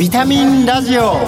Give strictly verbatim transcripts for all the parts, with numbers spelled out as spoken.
ビタミンラジオ。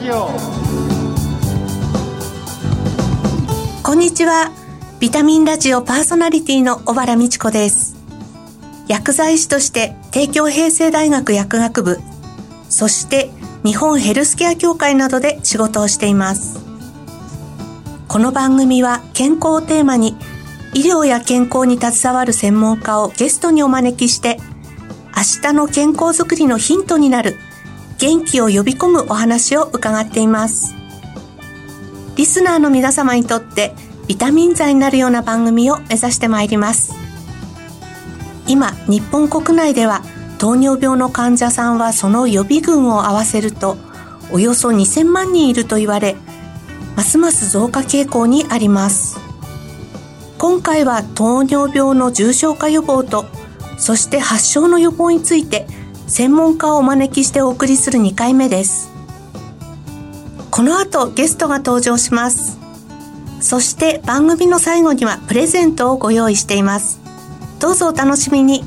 こんにちは。ビタミンラジオパーソナリティの小原美智子です。薬剤師として帝京平成大学薬学部、そして日本ヘルスケア協会などで仕事をしています。この番組は健康をテーマに、医療や健康に携わる専門家をゲストにお招きして、明日の健康づくりのヒントになる元気を呼び込むお話を伺っています。リスナーの皆様にとってビタミン剤になるような番組を目指してまいります。今、日本国内では糖尿病の患者さんはその予備軍を合わせるとおよそにせんまんにんいると言われ、ますます増加傾向にあります。今回は糖尿病の重症化予防と、そして発症の予防について専門家をお招きしてお送りするにかいめです。この後ゲストが登場します。そして番組の最後にはプレゼントをご用意しています。どうぞお楽しみに。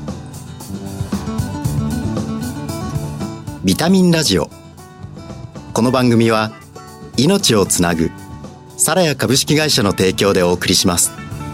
ビタミンラジオ。この番組は命をつなぐサラヤ株式会社の提供でお送りします。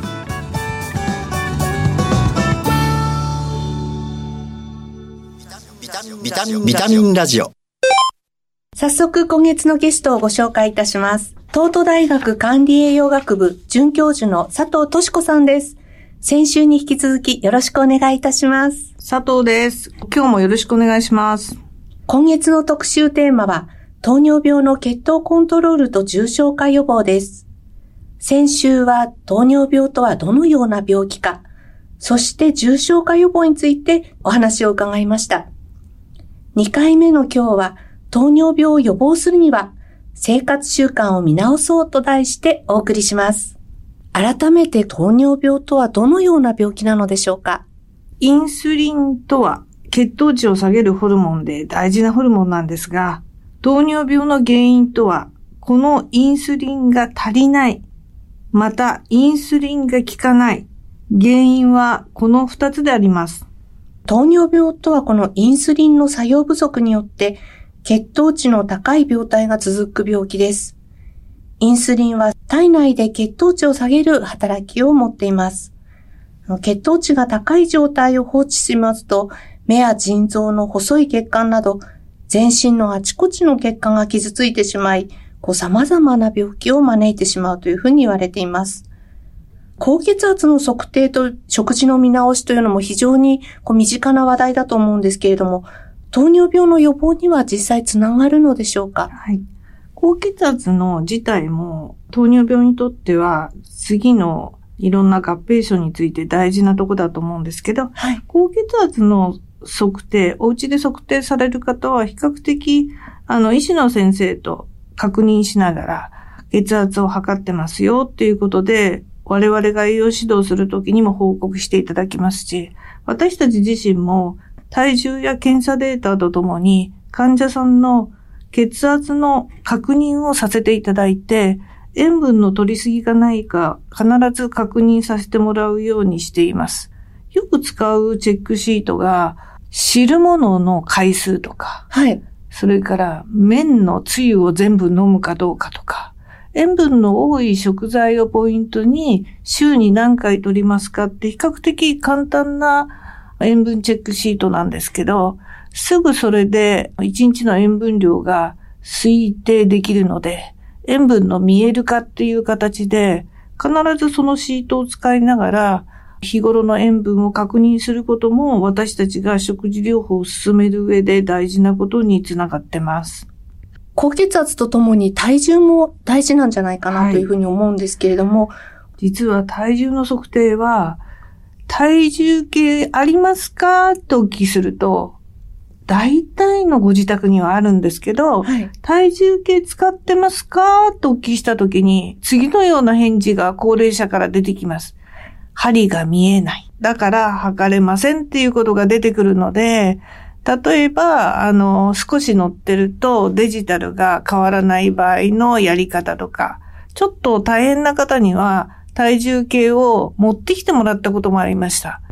ビタミン、ビタミンラジオ。 早速今月のゲストをご紹介いたします。東都大学管理栄養学部准教授の佐藤俊子さんです。先週に引き続きよろしくお願いいたします。 佐藤です。今日もよろしくお願いします。 今月の特集テーマは糖尿病の血糖コントロールと重症化予防です。先週は糖尿病とはどのような病気か、そして重症化予防についてお話を伺いました。にかいめの今日は糖尿病を予防するには生活習慣を見直そうと題してお送りします。改めて糖尿病とはどのような病気なのでしょうか。 インスリンとは血糖値を下げるホルモンで大事なホルモンなんですが、糖尿病の原因とはこのインスリンが足りない、またインスリンが効かない、原因はこのふたつであります。 糖尿病とはこのインスリンの作用不足によって血糖値の高い病態が続く病気です。インスリンは体内で血糖値を下げる働きを持っています。血糖値が高い状態を放置しますと、目や腎臓の細い血管など全身のあちこちの血管が傷ついてしまい、こう様々な病気を招いてしまうというふうに言われています。高血圧の測定と食事の見直しというのも非常にこう身近な話題だと思うんですけれども、糖尿病の予防には実際つながるのでしょうか。 はい。高血圧の自体も糖尿病にとっては次のいろんな合併症について大事なとこだと思うんですけど、はい、高血圧の測定、お家で測定される方は比較的あの医師の先生と確認しながら血圧を測ってますよっていうことで、我々が栄養指導するときにも報告していただきますし、私たち自身も体重や検査データとともに患者さんの血圧の確認をさせていただいて、塩分の摂りすぎがないか必ず確認させてもらうようにしています。よく使うチェックシートが汁物の回数とか、はい、それから麺のつゆを全部飲むかどうかとか、塩分の多い食材をポイントに週に何回摂りますかって比較的簡単な塩分チェックシートなんですけど、すぐそれでいちにちの塩分量が推定できるので、塩分の見える化っていう形で必ずそのシートを使いながら日頃の塩分を確認することも私たちが食事療法を進める上で大事なことにつながってます。 高血圧とともに体重も大事なんじゃないかなというふうに思うんですけれども、はい、 実は体重の測定は体重計ありますかとお聞きすると、大体のご自宅にはあるんですけど、はい、体重計使ってますかとお聞きしたときに、次のような返事が高齢者から出てきます。針が見えない。だから測れませんっていうことが出てくるので、例えば、あの、少し乗ってるとデジタルが変わらない場合のやり方とか、ちょっと大変な方には体重計を持ってきてもらったこともありました。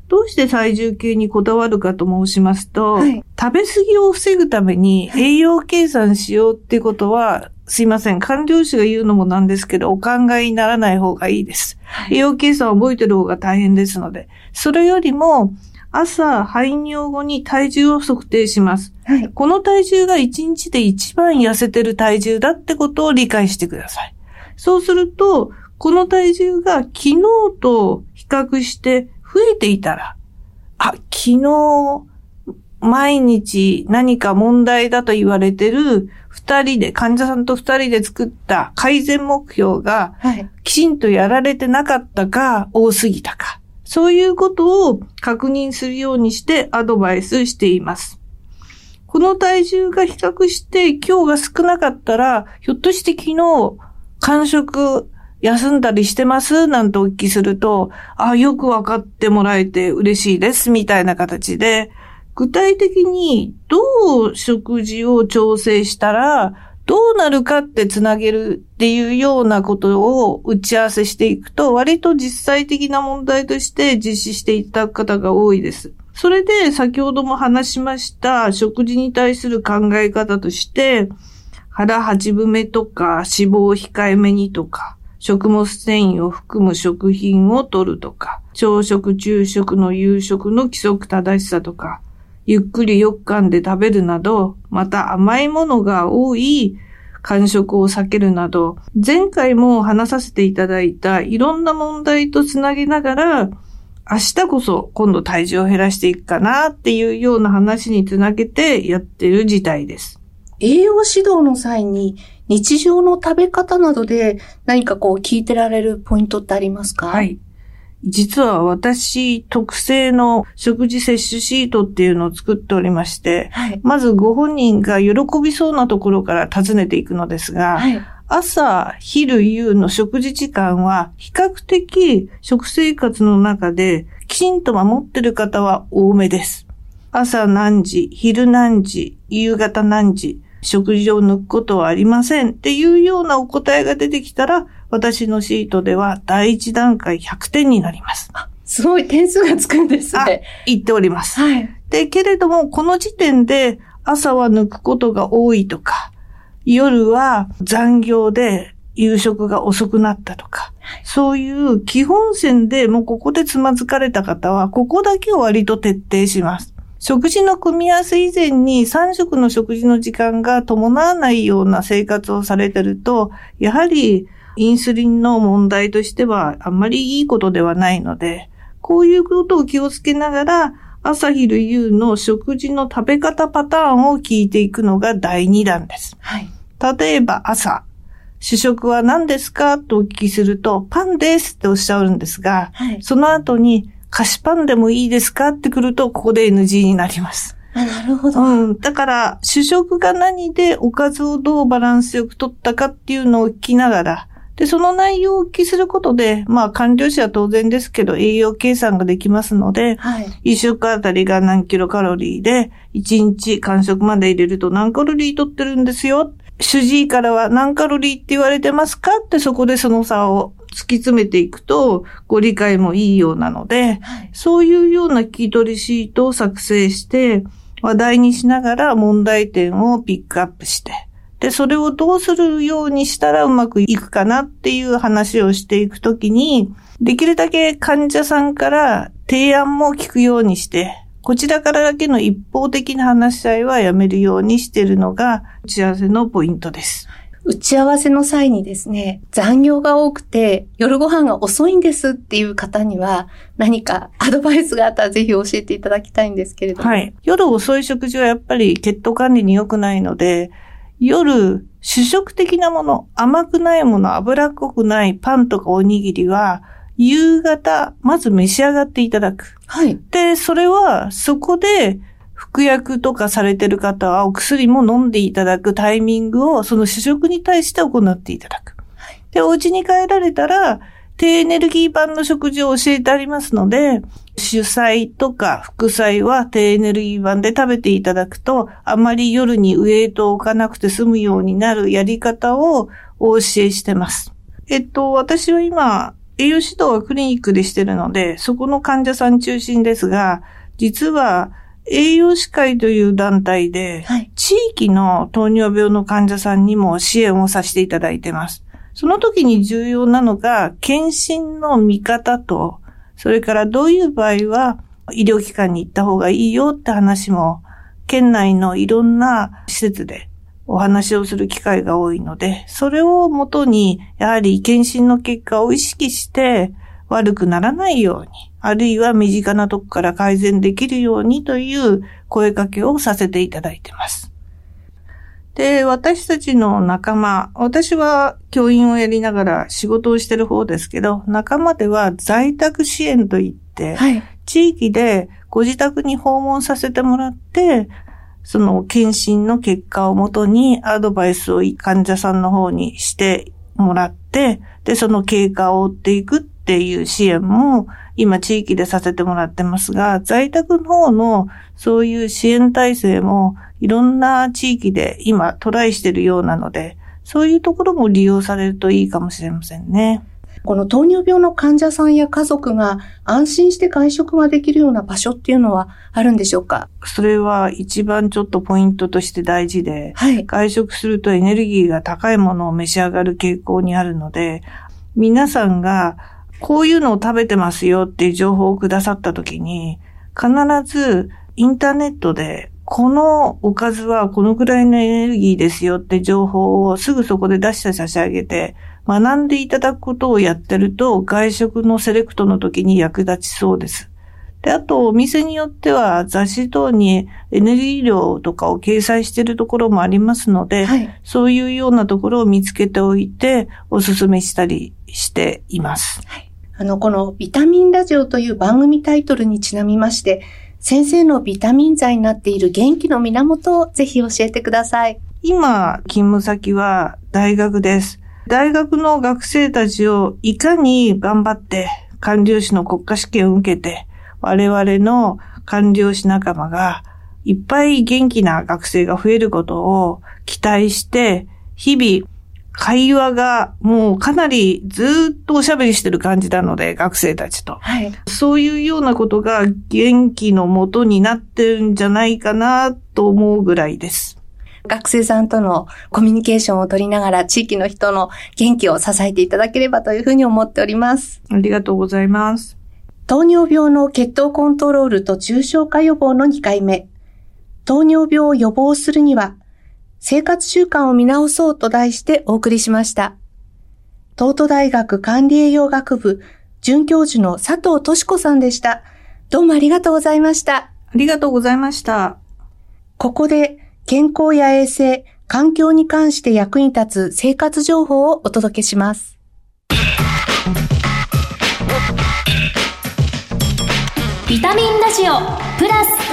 どうして体重計にこだわるかと申しますと、 はい、 食べ過ぎを防ぐために栄養計算しようってことは、すいません、官僚士が言うのもなんですけど、お考えにならない方がいいです。はい、栄養計算を覚えてる方が大変ですので、それよりも、朝、排尿後に体重を測定します。はい、この体重がいちにちで一番痩せてる体重だってことを理解してください。そうすると、この体重が昨日と比較して増えていたら、あ、昨日、毎日何か問題だと言われてる二人で、患者さんと二人で作った改善目標が、きちんとやられてなかったか、多すぎたか。そういうことを確認するようにしてアドバイスしています。この体重が比較して今日が少なかったら、ひょっとして昨日、間食休んだりしてますなんてお聞きすると、あ、よくわかってもらえて嬉しいですみたいな形で、具体的にどう食事を調整したらどうなるかってつなげるっていうようなことを打ち合わせしていくと、割と実際的な問題として実施していただく方が多いです。それで先ほども話しました食事に対する考え方として、腹八分目とか脂肪を控えめにとか、食物繊維を含む食品を摂るとか、朝食、昼食の夕食の規則正しさとか、ゆっくりよく噛んで食べるなど、また甘いものが多い間食を避けるなど、前回も話させていただいたいろんな問題とつなげながら、明日こそ今度体重を減らしていくかなっていうような話につなげてやってる事態です。 栄養指導の際に日常の食べ方などで何かこう聞いてられるポイントってありますか？ はい。実は私特製の食事摂取シートっていうのを作っておりまして、はい、まずご本人が喜びそうなところから尋ねていくのですが、はい、朝、昼、夕の食事時間は比較的食生活の中できちんと守ってる方は多めです。朝何時、昼何時、夕方何時、食事を抜くことはありませんっていうようなお答えが出てきたら、私のシートでは第一段階ひゃくてんになります。 あ、すごい点数がつくんですね。 言っております。 はい。 で、けれども、この時点で朝は抜くことが多いとか、夜は残業で夕食が遅くなったとか、はい、そういう基本線でもうここでつまずかれた方は、ここだけを割と徹底します。食事の組み合わせ以前にさん食の食事の時間が伴わないような生活をされてると、やはりインスリンの問題としてはあんまりいいことではないので、こういうことを気をつけながら、朝昼夕の食事の食べ方パターンを聞いていくのがだいにだんです。はい。例えば朝、主食は何ですかとお聞きすると、パンですっておっしゃるんですが、はい、その後に、菓子パンでもいいですかってくると、ここで エヌジー になります。 あ、なるほど。 うん。だから、主食が何でおかずをどうバランスよく取ったかっていうのを聞きながら、で、その内容をお聞きすることで、まあ、管理者は当然ですけど、栄養計算ができますので、はい。一食あたりが何キロカロリーで、一日間食まで入れると何カロリー取ってるんですよ。主治医からは何カロリーって言われてますかって、そこでその差を突き詰めていくとご理解もいいようなので、はい、そういうような聞き取りシートを作成して話題にしながら問題点をピックアップして、で、それをどうするようにしたらうまくいくかなっていう話をしていくときに、できるだけ患者さんから提案も聞くようにして、こちらからだけの一方的な話し合いはやめるようにしているのが打ち合わせのポイントです。 打ち合わせの際にですね、残業が多くて夜ご飯が遅いんですっていう方には何かアドバイスがあったらぜひ教えていただきたいんですけれども。 はい。夜遅い食事はやっぱり血糖管理に良くないので、夜主食的なもの、甘くないもの、脂っこくないパンとかおにぎりは夕方まず召し上がっていただく。はい。で、それはそこで服薬とかされてる方はお薬も飲んでいただくタイミングをその主食に対して行っていただく。はい、で、お家に帰られたら低エネルギー版の食事を教えてありますので、主菜とか副菜は低エネルギー版で食べていただくと、あまり夜にウエイトを置かなくて済むようになるやり方をお教えしてます。えっと、私は今、 栄養指導はクリニックでしてるので、そこの患者さん中心ですが、実は栄養士会という団体で、はい、地域の糖尿病の患者さんにも支援をさせていただいています。その時に重要なのが、検診の見方と、それからどういう場合は医療機関に行った方がいいよって話も、県内のいろんな施設でお話をする機会が多いので、それをもとに、やはり検診の結果を意識して悪くならないように、あるいは身近なとこから改善できるようにという声かけをさせていただいています。で、私たちの仲間、私は教員をやりながら仕事をしている方ですけど、仲間では在宅支援といって、はい、地域でご自宅に訪問させてもらって、その検診の結果をもとにアドバイスを患者さんの方にしてもらって、で、その経過を追っていくっていう支援も今地域でさせてもらってますが、在宅の方のそういう支援体制もいろんな地域で今トライしているようなので、そういうところも利用されるといいかもしれませんね。 この糖尿病の患者さんや家族が安心して外食ができるような場所っていうのはあるんでしょうか？ それは一番ちょっとポイントとして大事で、はい、外食するとエネルギーが高いものを召し上がる傾向にあるので、皆さんがこういうのを食べてますよっていう情報をくださったときに、必ずインターネットでこのおかずはこのくらいのエネルギーですよって情報をすぐそこで出して差し上げて、学んでいただくことをやってると外食のセレクトの時に役立ちそうです。で、あとお店によっては雑誌等にエネルギー量とかを掲載しているところもありますので、はい、そういうようなところを見つけておいてお勧めしたりしています。 はい、あの、このビタミンラジオという番組タイトルにちなみまして、先生のビタミン剤になっている元気の源をぜひ教えてください。 今、勤務先は大学です。大学の学生たちをいかに頑張って官僚士の国家試験を受けて、我々の官僚士仲間がいっぱい元気な学生が増えることを期待して、日々会話がもうかなりずっとおしゃべりしてる感じなので、学生たちと。はい、そういうようなことが元気の元になってるんじゃないかなと思うぐらいです。 学生さんとのコミュニケーションを取りながら地域の人の元気を支えていただければというふうに思っております。 ありがとうございます。 糖尿病の血糖コントロールと重症化予防のにかいめ。糖尿病を予防するには生活習慣を見直そうと題してお送りしました。東都大学管理栄養学部准教授の佐藤俊子さんでした。どうもありがとうございました。 ありがとうございました。 ここで健康や衛生、環境に関して役に立つ生活情報をお届けします。 ビタミンラジオプラス。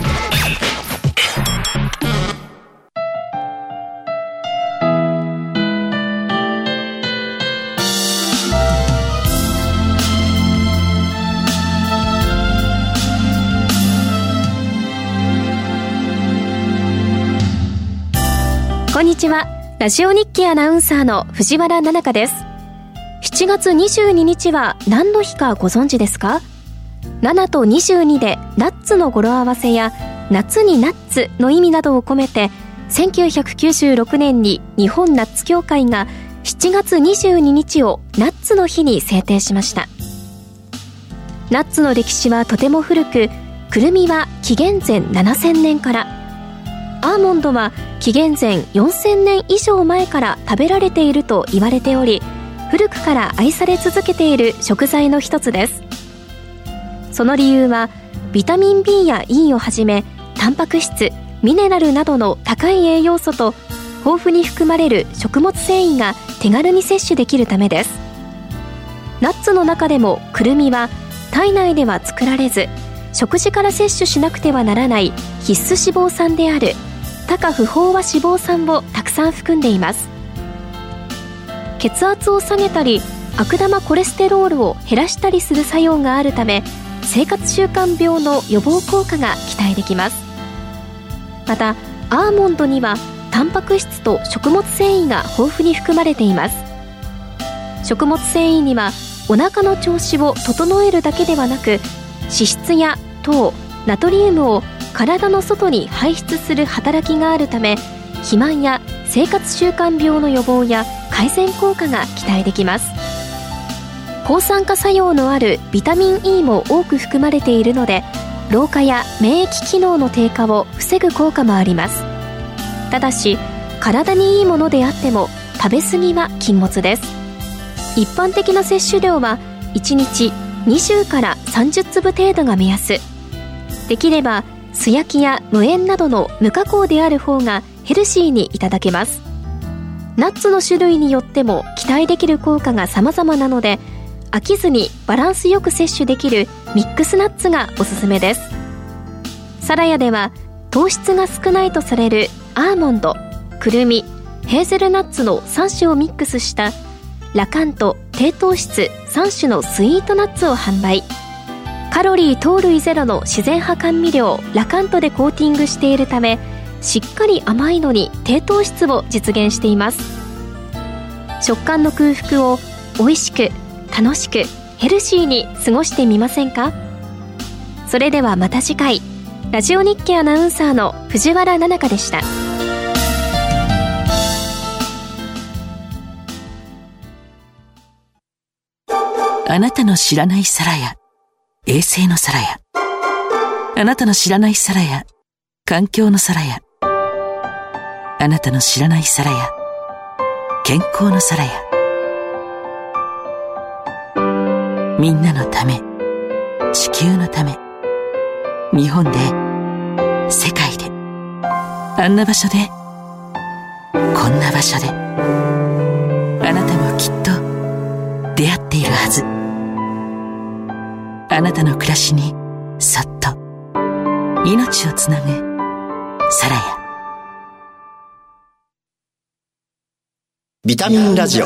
こんにちは。ラジオ日記アナウンサーの藤原奈々香です。しちがつにじゅうににちは何の日かご存知ですか？ななとにじゅうにでナッツの語呂合わせや夏にナッツの意味などを込めて、せんきゅうひゃくきゅうじゅうろくねんに日本ナッツ協会がしちがつにじゅうににちをナッツの日に制定しました。ナッツの歴史はとても古く、くるみは紀元前ななせんねんから、アーモンドは紀元前よんせんねん以上前から食べられていると言われており、古くから愛され続けている食材の一つです。その理由はビタミン B や E をはじめ、タンパク質、ミネラルなどの高い栄養素と豊富に含まれる食物繊維が手軽に摂取できるためです。ナッツの中でもくるみは体内では作られず、食事から摂取しなくてはならない必須脂肪酸である多価不飽和脂肪酸をたくさん含んでいます。血圧を下げたり悪玉コレステロールを減らしたりする作用があるため、生活習慣病の予防効果が期待できます。またアーモンドにはタンパク質と食物繊維が豊富に含まれています。食物繊維にはお腹の調子を整えるだけではなく、脂質や糖、ナトリウムを体の外に排出する働きがあるため、肥満や生活習慣病の予防や改善効果が期待できます。抗酸化作用のあるビタミン E も多く含まれているので、老化や免疫機能の低下を防ぐ効果もあります。ただし、体にいいものであっても食べ過ぎは禁物です。一般的な摂取量はいちにちにじゅうからさんじゅうつぶ程度が目安。できれば素焼きや無塩などの無加工である方がヘルシーにいただけます。ナッツの種類によっても期待できる効果が様々なので、飽きずにバランスよく摂取できるミックスナッツがおすすめです。サラヤでは糖質が少ないとされるアーモンド、くるみ、ヘーゼルナッツのさん種をミックスしたラカント低糖質さん種のスイートナッツを販売。カロリー糖類ゼロの自然派甘味料ラカントでコーティングしているため、しっかり甘いのに低糖質を実現しています。食感の空腹を美味しく楽しくヘルシーに過ごしてみませんか？それではまた次回。ラジオ日経アナウンサーの藤原奈々香でした。 あなたの知らないサラヤ、衛星のサラヤ。あなたの知らないサラヤ、環境のサラヤ。あなたの知らないサラヤ、健康のサラヤ。みんなのため、地球のため、日本で、世界で、あんな場所で、こんな場所で、あなたもきっと出会っているはず。あなたの暮らしにそっと命をつなぐサラヤ。 ビタミンラジオ。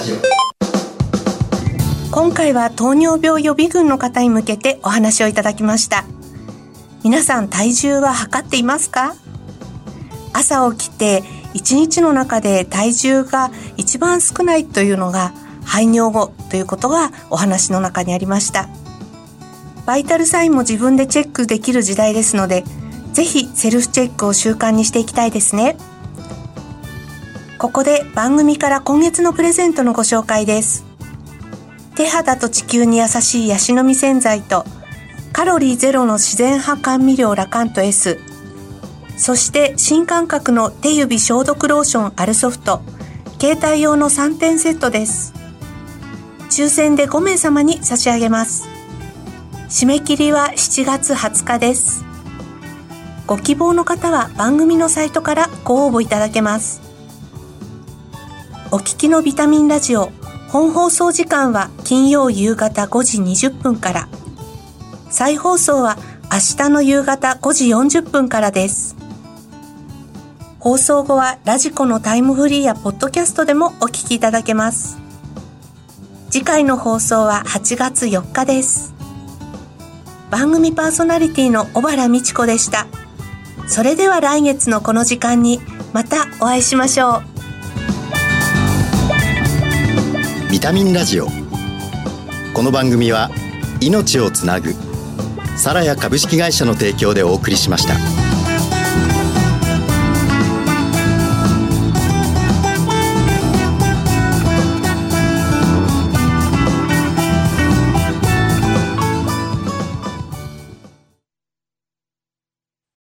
今回は糖尿病予備軍の方に向けてお話をいただきました。皆さん、体重は測っていますか？朝起きて一日の中で体重が一番少ないというのが排尿後ということがお話の中にありました。バイタルサインも自分でチェックできる時代ですので、ぜひセルフチェックを習慣にしていきたいですね。ここで番組から今月のプレゼントのご紹介です。手肌と地球に優しいヤシの実洗剤とカロリーゼロの自然派甘味料ラカント S、 そして新感覚の手指消毒ローションアルソフト携帯用のさんてんセットです。抽選でごめいさまに差し上げます。締め切りはしちがつはつかです。ご希望の方は番組のサイトからご応募いただけます。お聞きのビタミンラジオ、本放送時間は金曜夕方ごじにじゅっぷんから、再放送は明日の夕方ごじよんじゅっぷんからです。放送後はラジコのタイムフリーやポッドキャストでもお聞きいただけます。次回の放送ははちがつよっかです。番組パーソナリティの小原美智子でした。それでは来月のこの時間にまたお会いしましょう。ビタミンラジオ。この番組は命をつなぐサラヤ株式会社の提供でお送りしました。